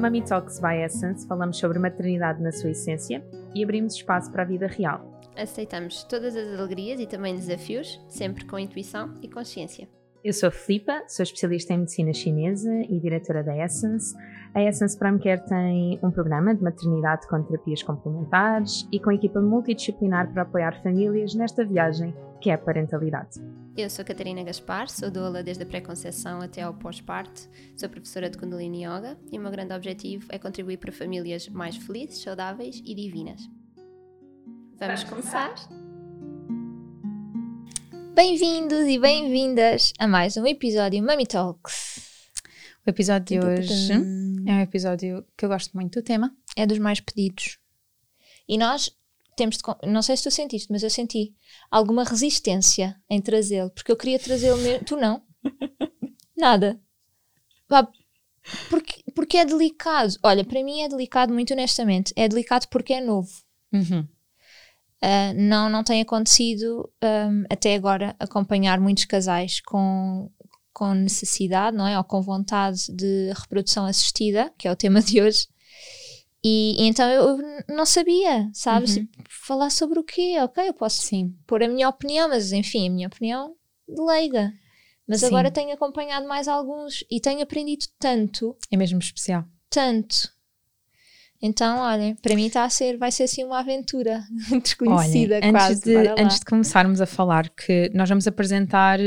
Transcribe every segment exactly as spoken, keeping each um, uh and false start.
Mummy Talks by Essence falamos sobre maternidade na sua essência e abrimos espaço para a vida real. Aceitamos todas as alegrias e também desafios, sempre com intuição e consciência. Eu sou a Filipa, sou especialista em medicina chinesa e diretora da Essence. A Essence Prime Care tem um programa de maternidade com terapias complementares e com equipa multidisciplinar para apoiar famílias nesta viagem que é a parentalidade. Eu sou Catarina Gaspar, sou doula desde a pré-conceição até ao pós-parto, sou professora de Kundalini Yoga e o meu grande objetivo é contribuir para famílias mais felizes, saudáveis e divinas. Vamos começar? Bem-vindos e bem-vindas a mais um episódio Mummy Talks. O episódio de hoje é um episódio que eu gosto muito do tema. É dos mais pedidos. E nós temos de... Não sei se tu sentiste, mas eu senti alguma resistência em trazê-lo. Porque eu queria trazê-lo mesmo. Tu não? Nada. Porque, porque é delicado. Olha, para mim é delicado, muito honestamente. É delicado porque é novo. Uhum. Uh, não, não tem acontecido um, até agora acompanhar muitos casais com, com necessidade, não é? Ou com vontade de reprodução assistida, que é o tema de hoje. E, e então eu não sabia, sabes? Uhum. Falar sobre o quê? Ok, eu posso Sim. pôr a minha opinião, mas enfim, a minha opinião de leiga. Mas Sim. agora tenho acompanhado mais alguns e tenho aprendido tanto. É mesmo especial. Tanto. Então, olha, para mim está a ser, vai ser assim uma aventura desconhecida. Olha, quase. Antes de, antes de começarmos a falar, que nós vamos apresentar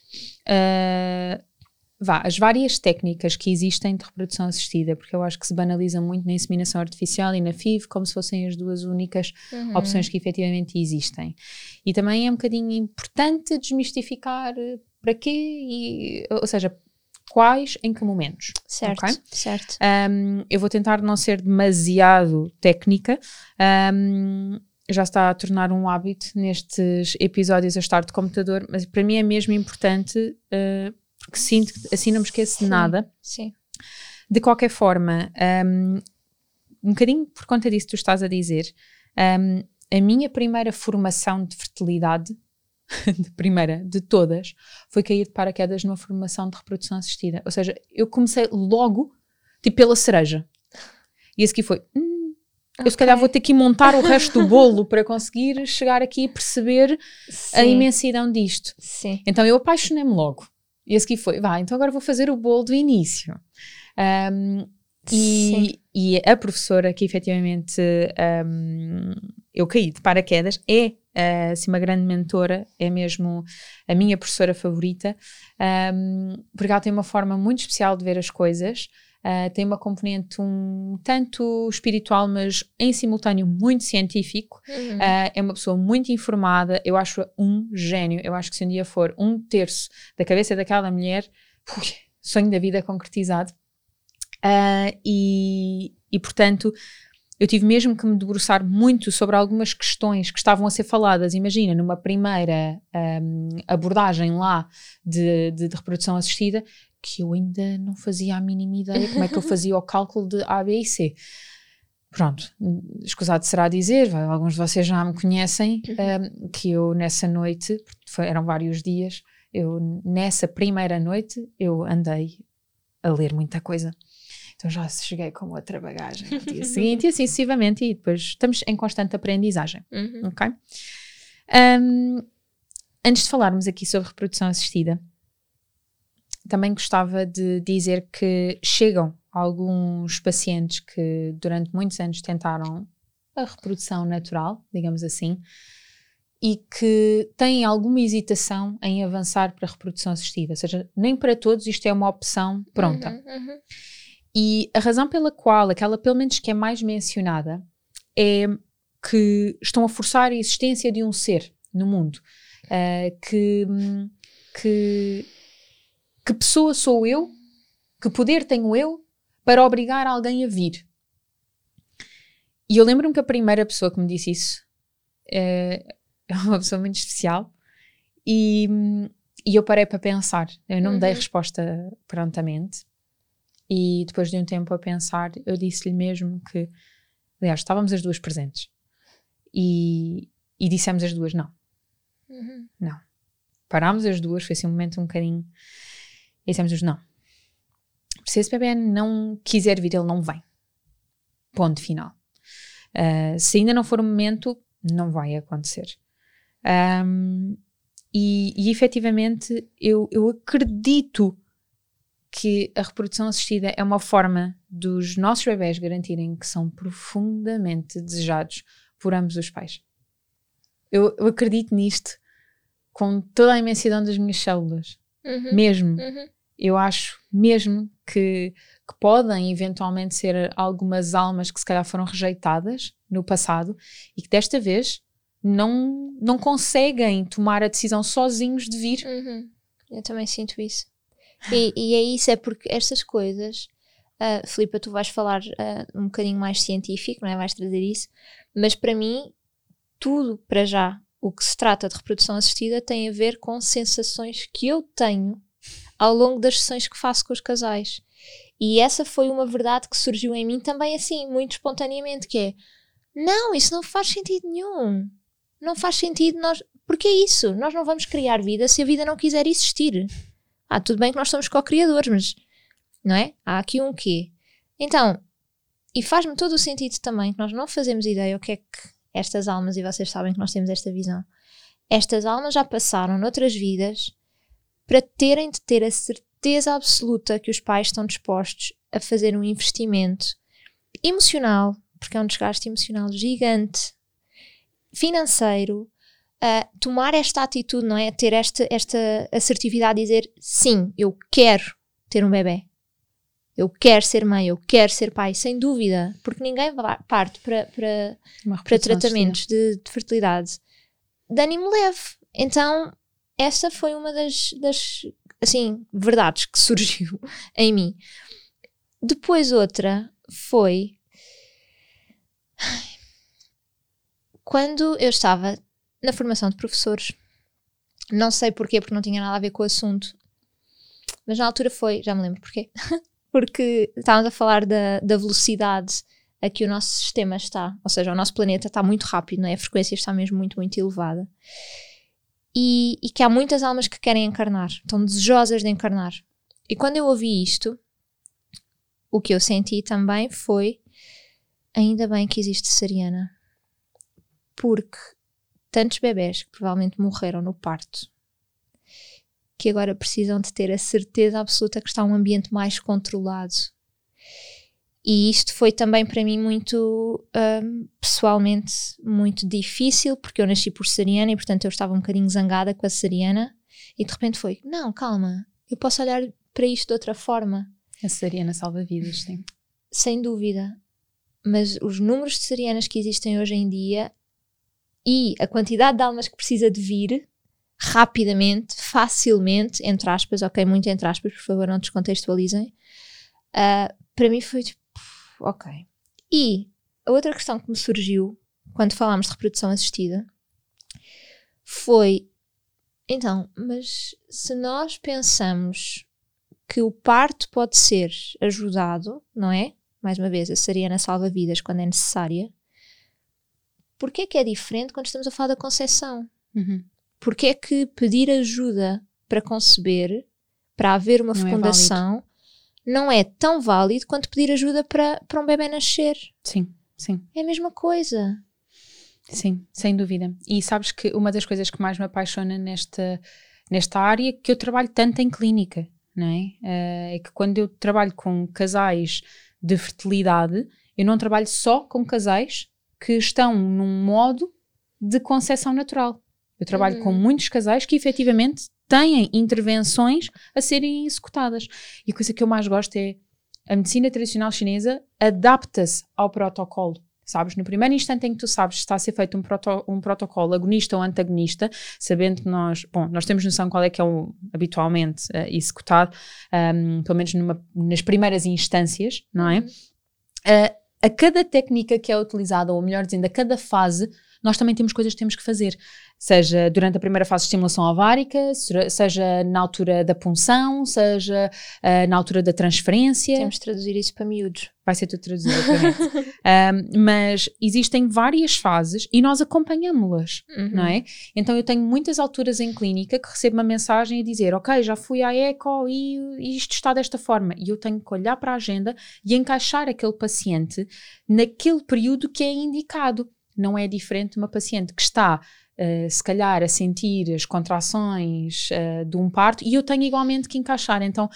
uh, vá, as várias técnicas que existem de reprodução assistida, porque eu acho que se banaliza muito na inseminação artificial e na F I V, como se fossem as duas únicas uhum. opções que efetivamente existem. E também é um bocadinho importante desmistificar para quê, e, ou seja, quais, em que momentos. Certo, okay? certo. Um, eu vou tentar não ser demasiado técnica. Um, já está a tornar um hábito nestes episódios a estar de computador, mas para mim é mesmo importante, uh, porque sinto que assim não me esqueço de nada. Sim. De qualquer forma, um, um bocadinho por conta disso que tu estás a dizer, um, a minha primeira formação de fertilidade, de primeira de todas, foi cair de paraquedas numa formação de reprodução assistida. Ou seja, eu comecei logo, tipo, pela cereja. E esse aqui foi, hum, okay. eu se calhar vou ter que montar o resto do bolo para conseguir chegar aqui e perceber Sim. a imensidão disto. Sim. Então eu apaixonei-me logo. E esse aqui foi, vá, então agora vou fazer o bolo do início. Um, e, e a professora que efetivamente um, eu caí de paraquedas é Uh, assim, uma grande mentora, é mesmo a minha professora favorita, um, porque ela tem uma forma muito especial de ver as coisas, uh, tem uma componente um tanto espiritual, mas em simultâneo muito científico, uhum. uh, é uma pessoa muito informada, eu acho um gênio, eu acho que se um dia for um terço da cabeça daquela mulher, ui, sonho da vida concretizado, uh, e, e portanto eu tive mesmo que me debruçar muito sobre algumas questões que estavam a ser faladas, imagina, numa primeira um, abordagem lá de, de, de reprodução assistida, que eu ainda não fazia a mínima ideia como é que eu fazia o cálculo de A, B e C. Pronto, escusado será dizer, alguns de vocês já me conhecem, um, que eu nessa noite, foi, eram vários dias, eu nessa primeira noite eu andei a ler muita coisa. Então já cheguei com outra bagagem no dia seguinte e assim sucessivamente, e depois estamos em constante aprendizagem, uhum. ok? Um, antes de falarmos aqui sobre reprodução assistida, também gostava de dizer que chegam alguns pacientes que durante muitos anos tentaram a reprodução natural, digamos assim, e que têm alguma hesitação em avançar para a reprodução assistida, ou seja, nem para todos isto é uma opção pronta. Uhum, uhum. E a razão pela qual, aquela pelo menos que é mais mencionada, é que estão a forçar a existência de um ser no mundo. Uh, que, que, que pessoa sou eu, que poder tenho eu para obrigar alguém a vir? E eu lembro-me que a primeira pessoa que me disse isso é, é uma pessoa muito especial e, e eu parei para pensar. Eu não uhum. me dei resposta prontamente. E depois de um tempo a pensar, eu disse-lhe mesmo que, aliás, estávamos as duas presentes. E, e dissemos as duas não. Uhum. Não. Parámos as duas, foi assim um momento um bocadinho... E dissemos-nos não. Se esse bebê não quiser vir, ele não vem. ponto final. Uh, se ainda não for o momento, não vai acontecer. Um, e, e efetivamente eu, eu acredito que a reprodução assistida é uma forma dos nossos bebés garantirem que são profundamente desejados por ambos os pais. Eu, eu acredito nisto com toda a imensidão das minhas células. Uhum. Mesmo. Uhum. Eu acho mesmo que, que podem eventualmente ser algumas almas que se calhar foram rejeitadas no passado e que desta vez não, não conseguem tomar a decisão sozinhos de vir. Uhum. Eu também sinto isso. E, e é isso, é porque estas coisas, uh, Filipa, tu vais falar uh, um bocadinho mais científico, não é? Vais trazer isso, mas para mim, tudo para já, o que se trata de reprodução assistida tem a ver com sensações que eu tenho ao longo das sessões que faço com os casais. E essa foi uma verdade que surgiu em mim também assim, muito espontaneamente, que é, não, isso não faz sentido nenhum. Não faz sentido nós... Porque é isso, nós não vamos criar vida se a vida não quiser existir. Ah, tudo bem que nós somos co-criadores, mas, não é? Há aqui um quê? Então, e faz-me todo o sentido também que nós não fazemos ideia o que é que estas almas, e vocês sabem que nós temos esta visão, estas almas já passaram noutras vidas para terem de ter a certeza absoluta que os pais estão dispostos a fazer um investimento emocional, porque é um desgaste emocional gigante, financeiro, Uh, tomar esta atitude, não é? Ter esta, esta assertividade e dizer sim, eu quero ter um bebê, eu quero ser mãe, eu quero ser pai, sem dúvida, porque ninguém parte para, para, para tratamentos de, de fertilidade de ânimo leve. Então essa foi uma das, das assim, verdades que surgiu em mim. Depois outra foi quando eu estava na formação de professores, não sei porquê, porque não tinha nada a ver com o assunto, mas na altura foi, já me lembro porquê, porque estávamos a falar da, da velocidade a que o nosso sistema está, ou seja, o nosso planeta está muito rápido, não é? A frequência está mesmo muito, muito elevada, e, e que há muitas almas que querem encarnar, estão desejosas de encarnar. E quando eu ouvi isto, o que eu senti também foi, ainda bem que existe cesariana, porque tantos bebés que provavelmente morreram no parto, que agora precisam de ter a certeza absoluta que está um ambiente mais controlado. E isto foi também para mim muito, um, pessoalmente, muito difícil, porque eu nasci por cesariana e portanto eu estava um bocadinho zangada com a cesariana e de repente foi, não, calma, eu posso olhar para isto de outra forma. A cesariana salva vidas, sim. Sem dúvida. Mas os números de cesarianas que existem hoje em dia e a quantidade de almas que precisa de vir rapidamente, facilmente, entre aspas, ok, muito entre aspas, por favor não descontextualizem, uh, para mim foi tipo, ok. E a outra questão que me surgiu quando falámos de reprodução assistida foi, então, mas se nós pensamos que o parto pode ser ajudado, não é? Mais uma vez, a cesariana salva vidas quando é necessária. Porquê é que é diferente quando estamos a falar da concepção? Uhum. Porquê é que pedir ajuda para conceber, para haver uma não fecundação, é não é tão válido quanto pedir ajuda para, para um bebê nascer? Sim, sim. É a mesma coisa. Sim, sem dúvida. E sabes que uma das coisas que mais me apaixona nesta, nesta área, que eu trabalho tanto em clínica, não é? Uh, é que quando eu trabalho com casais de fertilidade, eu não trabalho só com casais que estão num modo de concepção natural. Eu trabalho uhum. com muitos casais que efetivamente têm intervenções a serem executadas. E a coisa que eu mais gosto é a medicina tradicional chinesa adapta-se ao protocolo. Sabes? No primeiro instante em que tu sabes se está a ser feito um, proto, um protocolo agonista ou antagonista, sabendo que nós, bom, nós temos noção qual é que é o habitualmente uh, executado, um, pelo menos numa, nas primeiras instâncias, não é? Uh, a cada técnica que é utilizada, ou melhor dizendo, a cada fase, nós também temos coisas que temos que fazer. Seja durante a primeira fase de estimulação ovárica, seja na altura da punção, seja uh, na altura da transferência. Temos de traduzir isso para miúdos. Vai ser tudo traduzido, obviamente. um, mas existem várias fases e nós acompanhamos-las, uhum. não é? Então eu tenho muitas alturas em clínica que recebo uma mensagem a dizer, ok, já fui à eco e, e isto está desta forma. E eu tenho que olhar para a agenda e encaixar aquele paciente naquele período que é indicado. Não é diferente de uma paciente que está, uh, se calhar, a sentir as contrações uh, de um parto e eu tenho igualmente que encaixar. Então,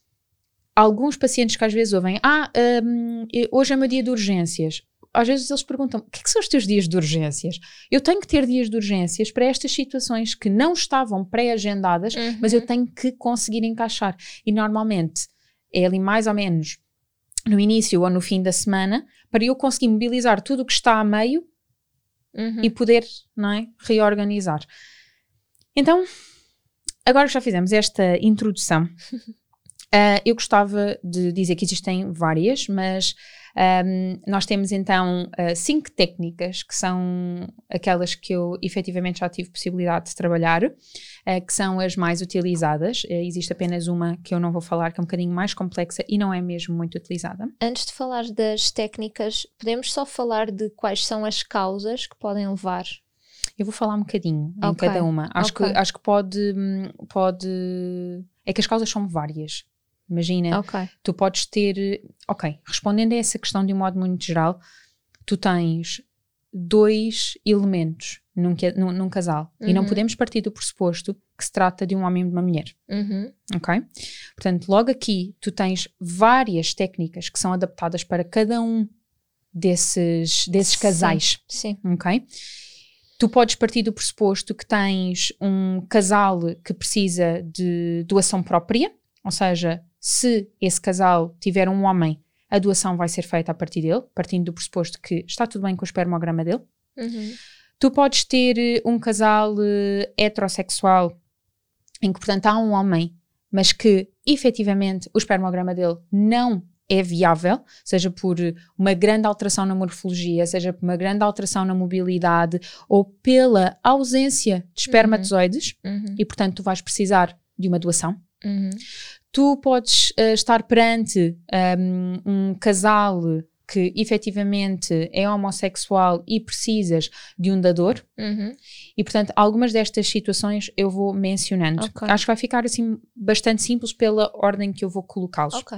alguns pacientes que às vezes ouvem, ah, um, hoje é o meu dia de urgências. Às vezes eles perguntam, o que é que são os teus dias de urgências? Eu tenho que ter dias de urgências para estas situações que não estavam pré-agendadas, uhum. mas eu tenho que conseguir encaixar. E normalmente é ali mais ou menos no início ou no fim da semana, para eu conseguir mobilizar tudo o que está a meio uhum. e poder, não é, reorganizar. Então, agora que já fizemos esta introdução, Uh, eu gostava de dizer que existem várias, mas um, nós temos então uh, cinco técnicas que são aquelas que eu efetivamente já tive possibilidade de trabalhar, uh, que são as mais utilizadas. Uh, existe apenas uma que eu não vou falar, que é um bocadinho mais complexa e não é mesmo muito utilizada. Antes de falar das técnicas, podemos só falar de quais são as causas que podem levar? Eu vou falar um bocadinho okay. em cada uma. Acho, okay. que, acho que pode, pode... É que as causas são várias. Imagina, okay. tu podes ter... Ok, respondendo a essa questão de um modo muito geral, tu tens dois elementos num, num, num casal uhum. e não podemos partir do pressuposto que se trata de um homem e de uma mulher. Uhum. Ok? Portanto, logo aqui tu tens várias técnicas que são adaptadas para cada um desses, desses casais. Sim. Ok? Tu podes partir do pressuposto que tens um casal que precisa de doação própria, ou seja, se esse casal tiver um homem, a doação vai ser feita a partir dele, partindo do pressuposto que está tudo bem com o espermograma dele. Uhum. Tu podes ter um casal uh, heterossexual, em que, portanto, há um homem, mas que, efetivamente, o espermograma dele não é viável, seja por uma grande alteração na morfologia, seja por uma grande alteração na mobilidade, ou pela ausência de espermatozoides, uhum. e, portanto, tu vais precisar de uma doação. Uhum. Tu podes uh, estar perante um, um casal que efetivamente é homossexual e precisas de um dador uhum. e, portanto, algumas destas situações eu vou mencionando. Okay. Acho que vai ficar assim bastante simples pela ordem que eu vou colocá-los. Okay.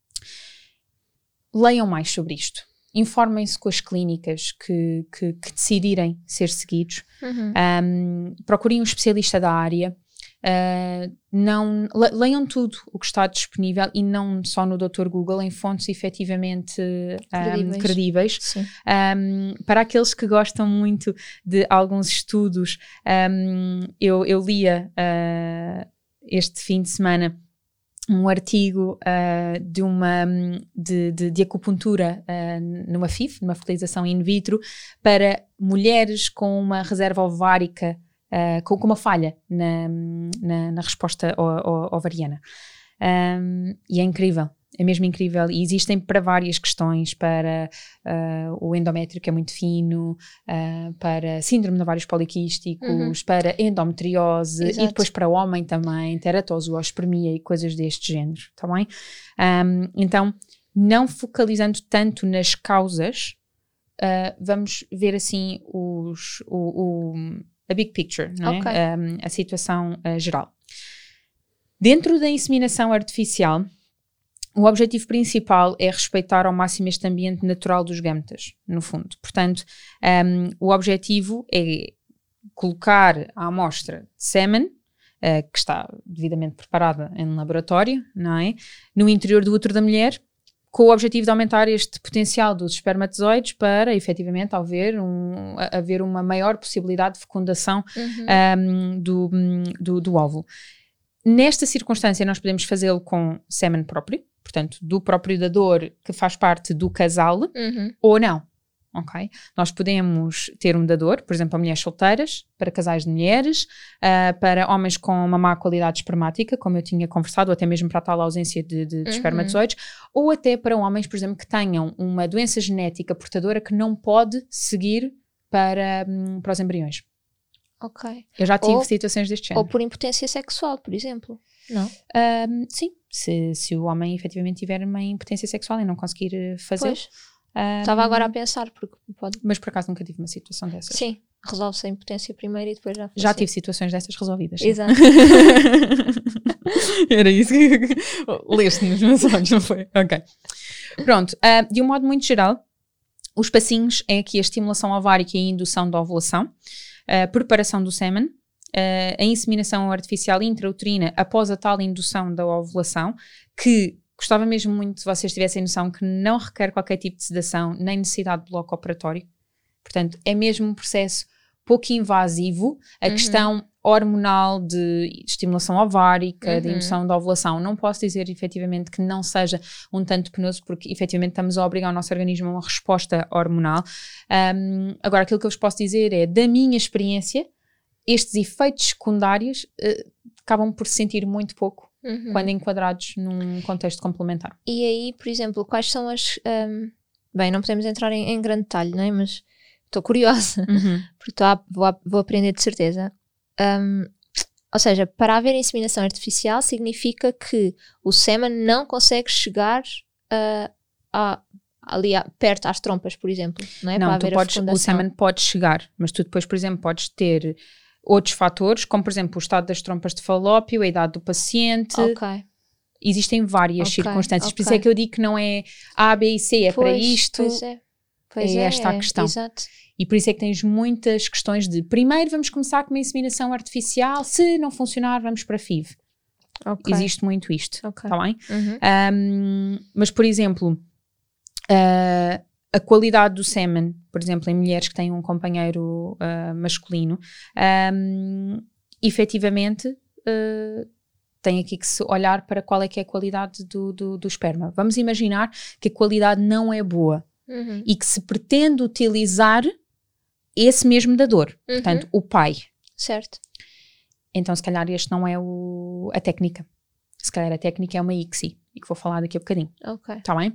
Leiam mais sobre isto. Informem-se com as clínicas que, que, que decidirem ser seguidos. Uhum. Um, procurem um especialista da área. Uh, não, le, leiam tudo o que está disponível e não só no doutor Google, em fontes efetivamente um, credíveis, credíveis. Um, para aqueles que gostam muito de alguns estudos, um, eu, eu lia uh, este fim de semana um artigo uh, de uma de, de, de acupuntura uh, numa F I V, numa fertilização in vitro, para mulheres com uma reserva ovárica Uh, com, com uma falha na, na, na resposta o, o, ovariana. Um, e é incrível, é mesmo incrível. E existem para várias questões, para uh, o endométrio, que é muito fino, uh, para síndrome de ovários poliquísticos, uhum. para endometriose, Exato. E depois para o homem também, teratozoospermia e coisas deste género, tá bem? Um, então, não focalizando tanto nas causas, uh, vamos ver assim os... O, o, a big picture, não é? Okay. Um, a situação uh, geral. Dentro da inseminação artificial, o objetivo principal é respeitar ao máximo este ambiente natural dos gametas, no fundo. Portanto, um, o objetivo é colocar a amostra de sêmen, uh, que está devidamente preparada em laboratório, não é? No interior do útero da mulher, com o objetivo de aumentar este potencial dos espermatozoides para, efetivamente, haver, um, haver uma maior possibilidade de fecundação uhum. um, do, do, do óvulo. Nesta circunstância, nós podemos fazê-lo com sêmen próprio, portanto, do próprio dador que faz parte do casal, uhum. ou não. Ok? Nós podemos ter um dador, por exemplo, para mulheres solteiras, para casais de mulheres, uh, para homens com uma má qualidade espermática, como eu tinha conversado, ou até mesmo para a tal ausência de, de, de uhum. espermatozoides, ou até para homens, por exemplo, que tenham uma doença genética portadora que não pode seguir para, um, para os embriões. Ok. Eu já tive ou, situações deste género. Ou por impotência sexual, por exemplo. Não? Um, sim, se, se o homem efetivamente tiver uma impotência sexual e não conseguir fazer. Pois. Estava um, agora a pensar, porque pode... Mas por acaso nunca tive uma situação dessas. Sim, resolve-se a impotência primeiro e depois já Já tive situações dessas resolvidas. Exato. Era isso que leste nos meus olhos, não foi? Ok. Pronto, uh, de um modo muito geral, os passinhos é aqui a estimulação ovárica e a indução da ovulação, a preparação do sêmen, uh, a inseminação artificial intrauterina após a tal indução da ovulação, que gostava mesmo muito se vocês tivessem noção que não requer qualquer tipo de sedação, nem necessidade de bloco operatório. Portanto, é mesmo um processo pouco invasivo. A uhum. questão hormonal de estimulação ovárica, uhum. de indução da ovulação, não posso dizer efetivamente que não seja um tanto penoso, porque efetivamente estamos a obrigar o nosso organismo a uma resposta hormonal. Um, agora, aquilo que eu vos posso dizer é, da minha experiência, estes efeitos secundários uh, acabam por se sentir muito pouco uhum. quando enquadrados num contexto complementar. E aí, por exemplo, quais são as... Um, bem, não podemos entrar em, em grande detalhe, não é? Mas estou curiosa, uhum. porque tô a, vou, a, vou aprender de certeza. Um, ou seja, para haver inseminação artificial significa que o sêmen não consegue chegar uh, a, ali a, perto às trompas, por exemplo, não é? Não, para tu haver podes, a o sêmen pode chegar, mas tu depois, por exemplo, podes ter outros fatores, como por exemplo o estado das trompas de falópio, a idade do paciente. Ok. Existem várias okay, circunstâncias, okay. por isso é que eu digo que não é A, B e C, é pois, para isto, pois é. Pois é, é esta a questão. Exato. E por isso é que tens muitas questões de, primeiro vamos começar com uma inseminação artificial, se não funcionar vamos para F I V. Okay. Existe muito isto, okay. Tá bem? Uhum. Um, mas por exemplo, uh, a qualidade do sêmen, por exemplo, em mulheres que têm um companheiro uh, masculino, um, efetivamente uh, tem aqui que se olhar para qual é que é a qualidade do, do, do esperma. Vamos imaginar que a qualidade não é boa uhum. e que se pretende utilizar esse mesmo dador, uhum. portanto, o pai. Certo. Então, se calhar este não é o, a técnica. Se calhar a técnica é uma I C S I, e que vou falar daqui a bocadinho. Ok. Está bem?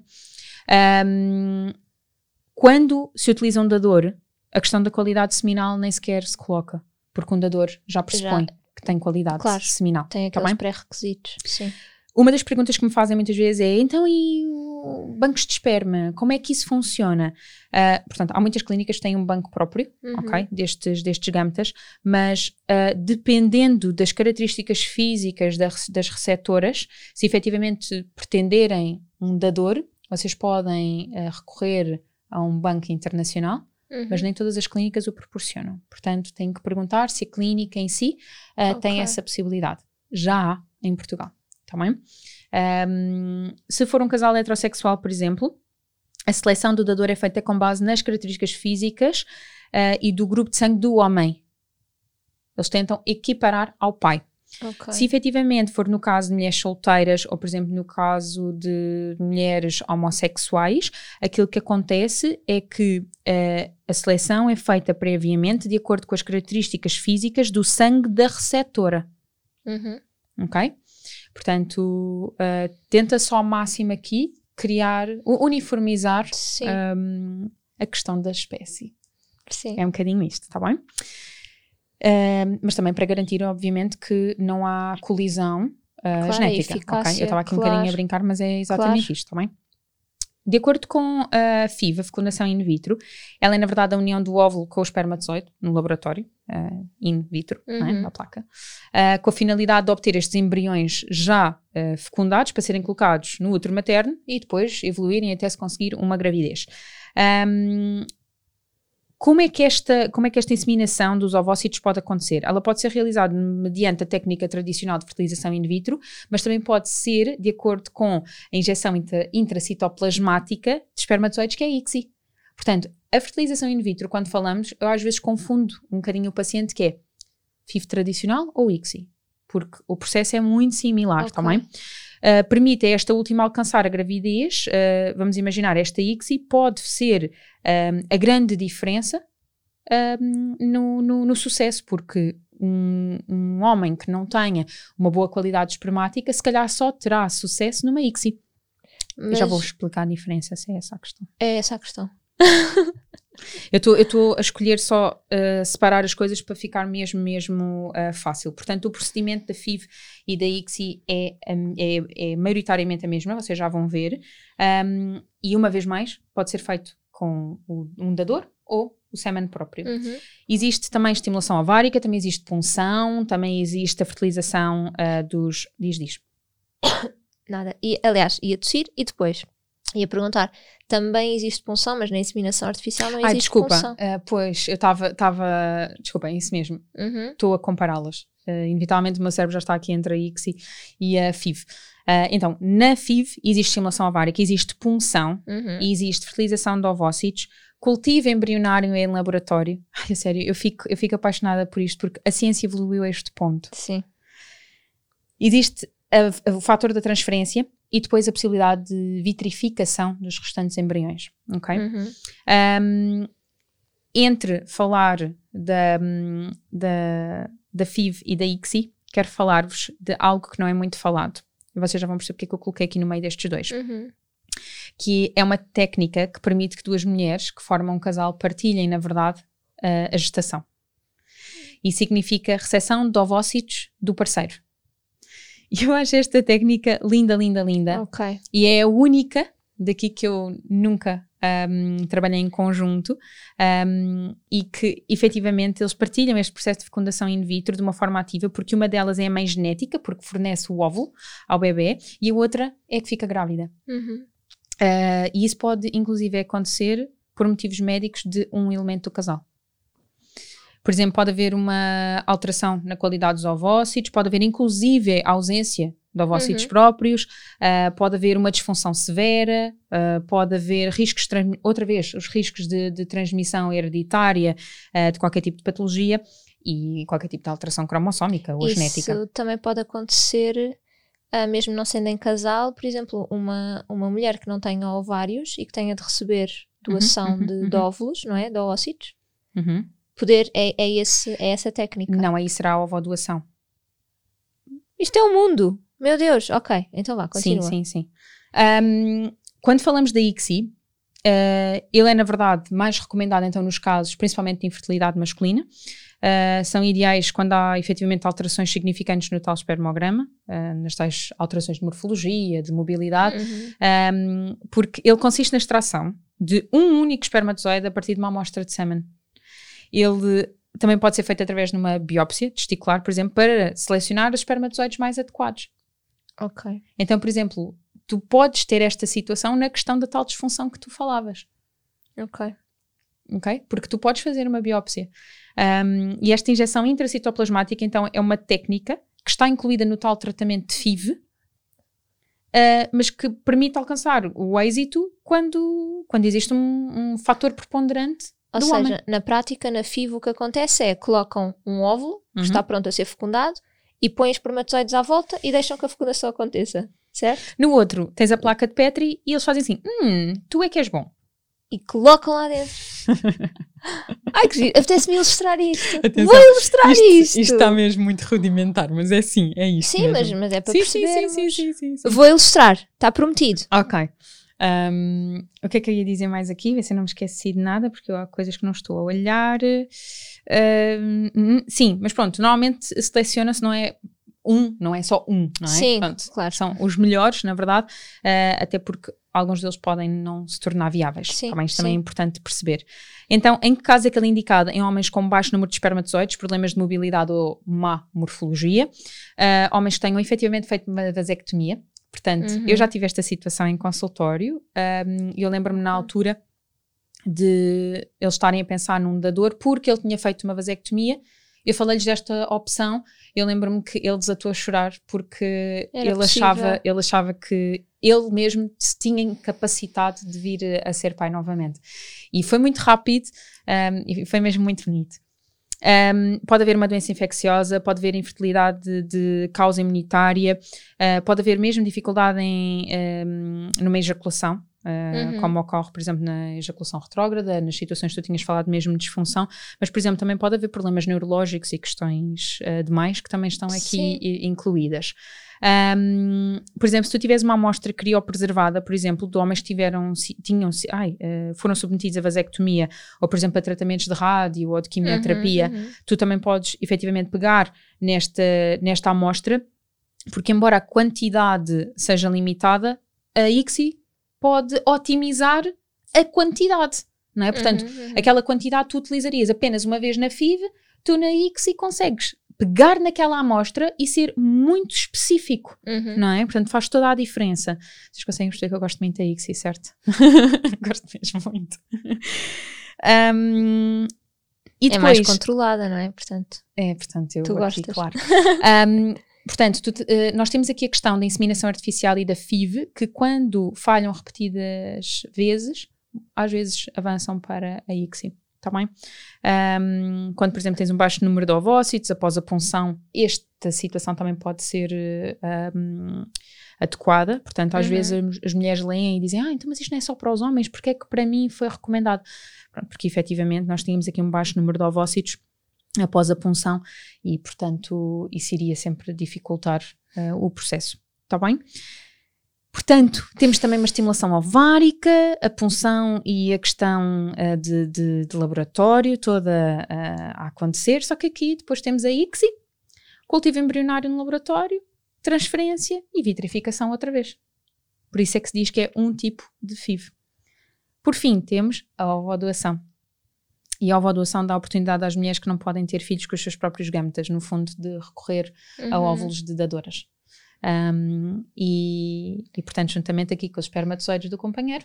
Um, quando se utiliza um dador, a questão da qualidade seminal nem sequer se coloca, porque um dador já pressupõe já. que tem qualidade claro, seminal. Tem aqueles tá pré-requisitos, sim. Uma das perguntas que me fazem muitas vezes é, então e bancos de esperma, como é que isso funciona? Uh, portanto, há muitas clínicas que têm um banco próprio, uhum. ok, destes, destes gametas, mas uh, dependendo das características físicas das, das receptoras, se efetivamente pretenderem um dador, vocês podem uh, recorrer a um banco internacional, uhum. mas nem todas as clínicas o proporcionam. Portanto, têm que perguntar se a clínica em si uh, okay. tem essa possibilidade. Já há em Portugal. Tá bem? Um, se for um casal heterossexual, por exemplo, a seleção do dador é feita com base nas características físicas uh, e do grupo de sangue do homem. Eles tentam equiparar ao pai. Okay. Se efetivamente for no caso de mulheres solteiras ou, por exemplo, no caso de mulheres homossexuais, aquilo que acontece é que uh, a seleção é feita previamente de acordo com as características físicas do sangue da receptora. Uhum. Ok? Portanto, uh, tenta-se ao máximo aqui criar, uniformizar um, a questão da espécie. Sim. É um bocadinho isto, está bem? Uh, mas também para garantir, obviamente, que não há colisão uh, claro, genética. Okay? Eu estava aqui claro. um bocadinho a brincar, mas é exatamente claro. isto, está bem? De acordo com a F I V, a fecundação in vitro, ela é na verdade a união do óvulo com o espermatozoide no laboratório, uh, in vitro, uhum. não é? Na placa, uh, com a finalidade de obter estes embriões já uh, fecundados para serem colocados no útero materno e depois evoluírem até se conseguir uma gravidez. Um, Como é, que esta, como é que esta inseminação dos ovócitos pode acontecer? Ela pode ser realizada mediante a técnica tradicional de fertilização in vitro, mas também pode ser de acordo com a injeção intra, intracitoplasmática de espermatozoides, que é a I C S I. Portanto, a fertilização in vitro, quando falamos, eu às vezes confundo um bocadinho o paciente que é F I V tradicional ou I C S I, porque o processo é muito similar, okay. também. Uh, permite a esta última alcançar a gravidez, uh, vamos imaginar, esta I C S I pode ser um, a grande diferença um, no, no, no sucesso, porque um, um homem que não tenha uma boa qualidade espermática, se calhar só terá sucesso numa I C S I. Mas eu já vou explicar a diferença, se é essa a questão. É essa a questão. Eu estou a escolher só uh, separar as coisas para ficar mesmo, mesmo uh, fácil. Portanto, o procedimento da F I V e da I C S I é, é, é maioritariamente a mesma, vocês já vão ver. Um, e uma vez mais, pode ser feito com o, um dador ou o sêmen próprio. Uhum. Existe também estimulação ovárica, também existe punção, também existe a fertilização uh, dos... Diz, diz. Nada. E, aliás, ia tossir e depois ia perguntar, também existe punção, mas na inseminação artificial não existe Ai, desculpa, punção. Uh, pois, eu estava... Desculpa, é isso mesmo. Estou uhum. a compará-las. Uh, inevitavelmente o meu cérebro já está aqui entre a I C S I e a F I V. Uh, então, na F I V existe estimulação ovárica, existe punção, uhum. e existe fertilização de ovócitos, cultivo embrionário em laboratório. Ai, a sério, eu fico, eu fico apaixonada por isto, porque a ciência evoluiu a este ponto. Sim. Existe a, a, o fator da transferência e depois a possibilidade de vitrificação dos restantes embriões, ok? Uhum. Um, entre falar da, da, da F I V e da I C S I, quero falar-vos de algo que não é muito falado. E vocês já vão perceber porque é que eu coloquei aqui no meio destes dois. Uhum. Que é uma técnica que permite que duas mulheres que formam um casal partilhem, na verdade, a, a gestação. E significa recepção de ovócitos do parceiro. E eu acho esta técnica linda, linda, linda. Ok. E é a única daqui que eu nunca um, trabalhei em conjunto um, e que efetivamente eles partilham este processo de fecundação in vitro de uma forma ativa, porque uma delas é a mãe genética, porque fornece o óvulo ao bebê, e a outra é que fica grávida. Uhum. Uh, e isso pode inclusive acontecer por motivos médicos de um elemento do casal. Por exemplo, pode haver uma alteração na qualidade dos ovócitos, pode haver inclusive a ausência de ovócitos uhum. próprios, uh, pode haver uma disfunção severa, uh, pode haver riscos, outra vez, os riscos de, de transmissão hereditária uh, de qualquer tipo de patologia e qualquer tipo de alteração cromossómica ou Isso genética. Isso também pode acontecer, uh, mesmo não sendo em casal, por exemplo, uma, uma mulher que não tenha ovários e que tenha de receber doação uhum, uhum, de, uhum. de óvulos, não é? De ovócitos. Uhum. Poder, é, é, esse, é essa técnica. Não, aí será a ovodoação. Isto é o mundo. Meu Deus, ok, então vá, continua. Sim, sim, sim. Um, quando falamos da I C S I, uh, ele é na verdade mais recomendado então nos casos, principalmente de infertilidade masculina. Uh, são ideais quando há efetivamente alterações significantes no tal espermograma, uh, nas tais alterações de morfologia, de mobilidade, Uhum. um, porque ele consiste na extração de um único espermatozoide a partir de uma amostra de sêmen. Ele também pode ser feito através de uma biópsia testicular, por exemplo, para selecionar os espermatozoides mais adequados. Ok. Então, por exemplo, tu podes ter esta situação na questão da tal disfunção que tu falavas. Ok. Ok? Porque tu podes fazer uma biópsia. Um, e esta injeção intracitoplasmática, então, é uma técnica que está incluída no tal tratamento de F I V, uh, mas que permite alcançar o êxito quando, quando existe um, um fator preponderante Ou do seja, homem. na prática, na F I V, o que acontece é colocam um óvulo que Uhum. está pronto a ser fecundado e põem espermatozoides à volta e deixam que a fecundação aconteça, certo? No outro, tens a placa de Petri e eles fazem assim, hum, tu é que és bom. E colocam lá dentro. Ai, que giro. Apetece-me ilustrar isto. Atenção, Vou ilustrar isto. Isto, isto está mesmo muito rudimentar, mas é assim, é isto Sim, mas, mesmo. mas é para Sim, sim, percebermos. sim, sim, sim, sim. Vou ilustrar. Está prometido. Ok. Um, o que é que eu ia dizer mais aqui? Ver se eu não me esqueci de nada, porque há coisas que não estou a olhar. Um, sim, mas pronto, normalmente seleciona-se, não é um, não é só um, não é? Sim, Pronto, claro. são os melhores, na verdade, uh, até porque alguns deles podem não se tornar viáveis. Sim, Também, isto também é sim. importante perceber. Então, em que caso é que ele é indicado? Em homens com baixo número de espermatozoides, problemas de mobilidade ou má morfologia, uh, homens que tenham efetivamente feito uma vasectomia. Portanto, Uhum. eu já tive esta situação em consultório e um, eu lembro-me na altura de eles estarem a pensar num dador porque ele tinha feito uma vasectomia. Eu falei-lhes desta opção, eu lembro-me que ele desatou a chorar porque Era ele achava, ele achava que ele mesmo se tinha incapacitado de vir a, a ser pai novamente. E foi muito rápido um, e foi mesmo muito bonito. Um, pode haver uma doença infecciosa, pode haver infertilidade de, de causa imunitária, uh, pode haver mesmo dificuldade em, um, numa ejaculação, uh, Uhum. como ocorre, por exemplo, na ejaculação retrógrada, nas situações que tu tinhas falado mesmo de disfunção, mas, por exemplo, também pode haver problemas neurológicos e questões uh, demais que também estão aqui Sim. i- incluídas. Um, por exemplo, se tu tiveres uma amostra criopreservada, por exemplo, de homens que tiveram, si- tinham, si- ai, uh, foram submetidos a vasectomia, ou por exemplo a tratamentos de rádio ou de quimioterapia, Uhum, uhum. tu também podes efetivamente pegar nesta, nesta amostra, porque embora a quantidade seja limitada, a I C S I pode otimizar a quantidade, não é? Portanto, Uhum, uhum. aquela quantidade tu utilizarias apenas uma vez na F I V, tu na I C S I consegues pegar naquela amostra e ser muito específico, Uhum. não é? Portanto, faz toda a diferença. Vocês conseguem perceber que eu gosto muito da I C S I, certo? Gosto mesmo muito. Um, e É depois, mais controlada, não é? Portanto, é, portanto, eu Tu aqui, gostas. claro. Um, portanto, tu, uh, nós temos aqui a questão da inseminação artificial e da F I V, que quando falham repetidas vezes, às vezes avançam para a I C S I. Está bem? Um, quando, por exemplo, tens um baixo número de ovócitos após a punção, esta situação também pode ser uh, um, adequada. Portanto, às Uhum. vezes as, as mulheres leem e dizem, ah, então mas isto não é só para os homens, porque é que para mim foi recomendado? Pronto, porque efetivamente nós tínhamos aqui um baixo número de ovócitos após a punção e, portanto, isso iria sempre dificultar uh, o processo. Está bem? Portanto, temos também uma estimulação ovárica, a punção e a questão uh, de, de, de laboratório toda uh, a acontecer, só que aqui depois temos a I C S I, cultivo embrionário no laboratório, transferência e vitrificação outra vez. Por isso é que se diz que é um tipo de F I V. Por fim, temos a ovodoação. E a ovodoação dá a oportunidade às mulheres que não podem ter filhos com os seus próprios gametas, no fundo, de recorrer uhum. a óvulos de dadoras. Um, e, e, portanto, juntamente aqui com os espermatozoides do companheiro,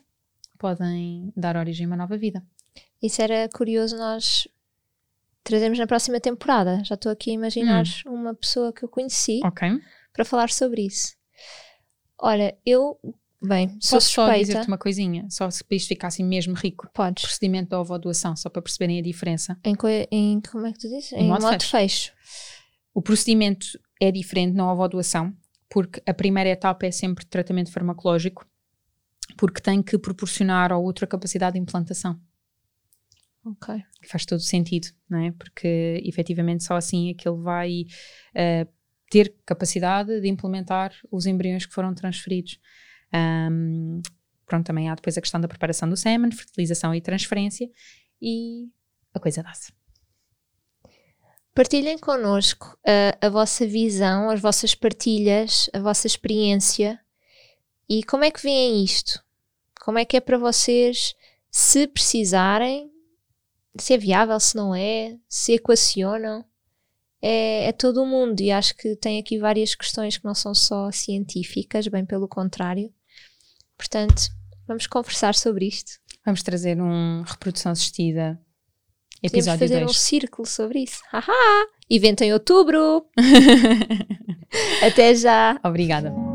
podem dar origem a uma nova vida. Isso era curioso nós trazemos na próxima temporada. Já estou aqui a imaginar Hum. uma pessoa que eu conheci Ok. para falar sobre isso. Olha, eu, bem, sou Posso só suspeita. dizer-te uma coisinha, só se para isto ficar assim mesmo rico. Podes. Procedimento da ovodoação, só para perceberem a diferença. Em, co- em como é que tu dizes? Em modo modo fecho. O procedimento é diferente na ovodoação, porque a primeira etapa é sempre tratamento farmacológico, porque tem que proporcionar ao útero a capacidade de implantação. Ok. Que faz todo sentido, não é? Porque efetivamente só assim é que ele vai uh, ter capacidade de implementar os embriões que foram transferidos. Um, pronto, também há depois a questão da preparação do sêmen, fertilização e transferência, e a coisa dá-se. Partilhem connosco a, a vossa visão, as vossas partilhas, a vossa experiência e como é que veem isto? Como é que é para vocês, se precisarem, se é viável, se não é, se equacionam? É, é todo o mundo e acho que tem aqui várias questões que não são só científicas, bem pelo contrário. Portanto, vamos conversar sobre isto. Vamos trazer um reprodução assistida. Podemos Episódio fazer dois. um círculo sobre isso. Haha! Evento em outubro! Até já! Obrigada.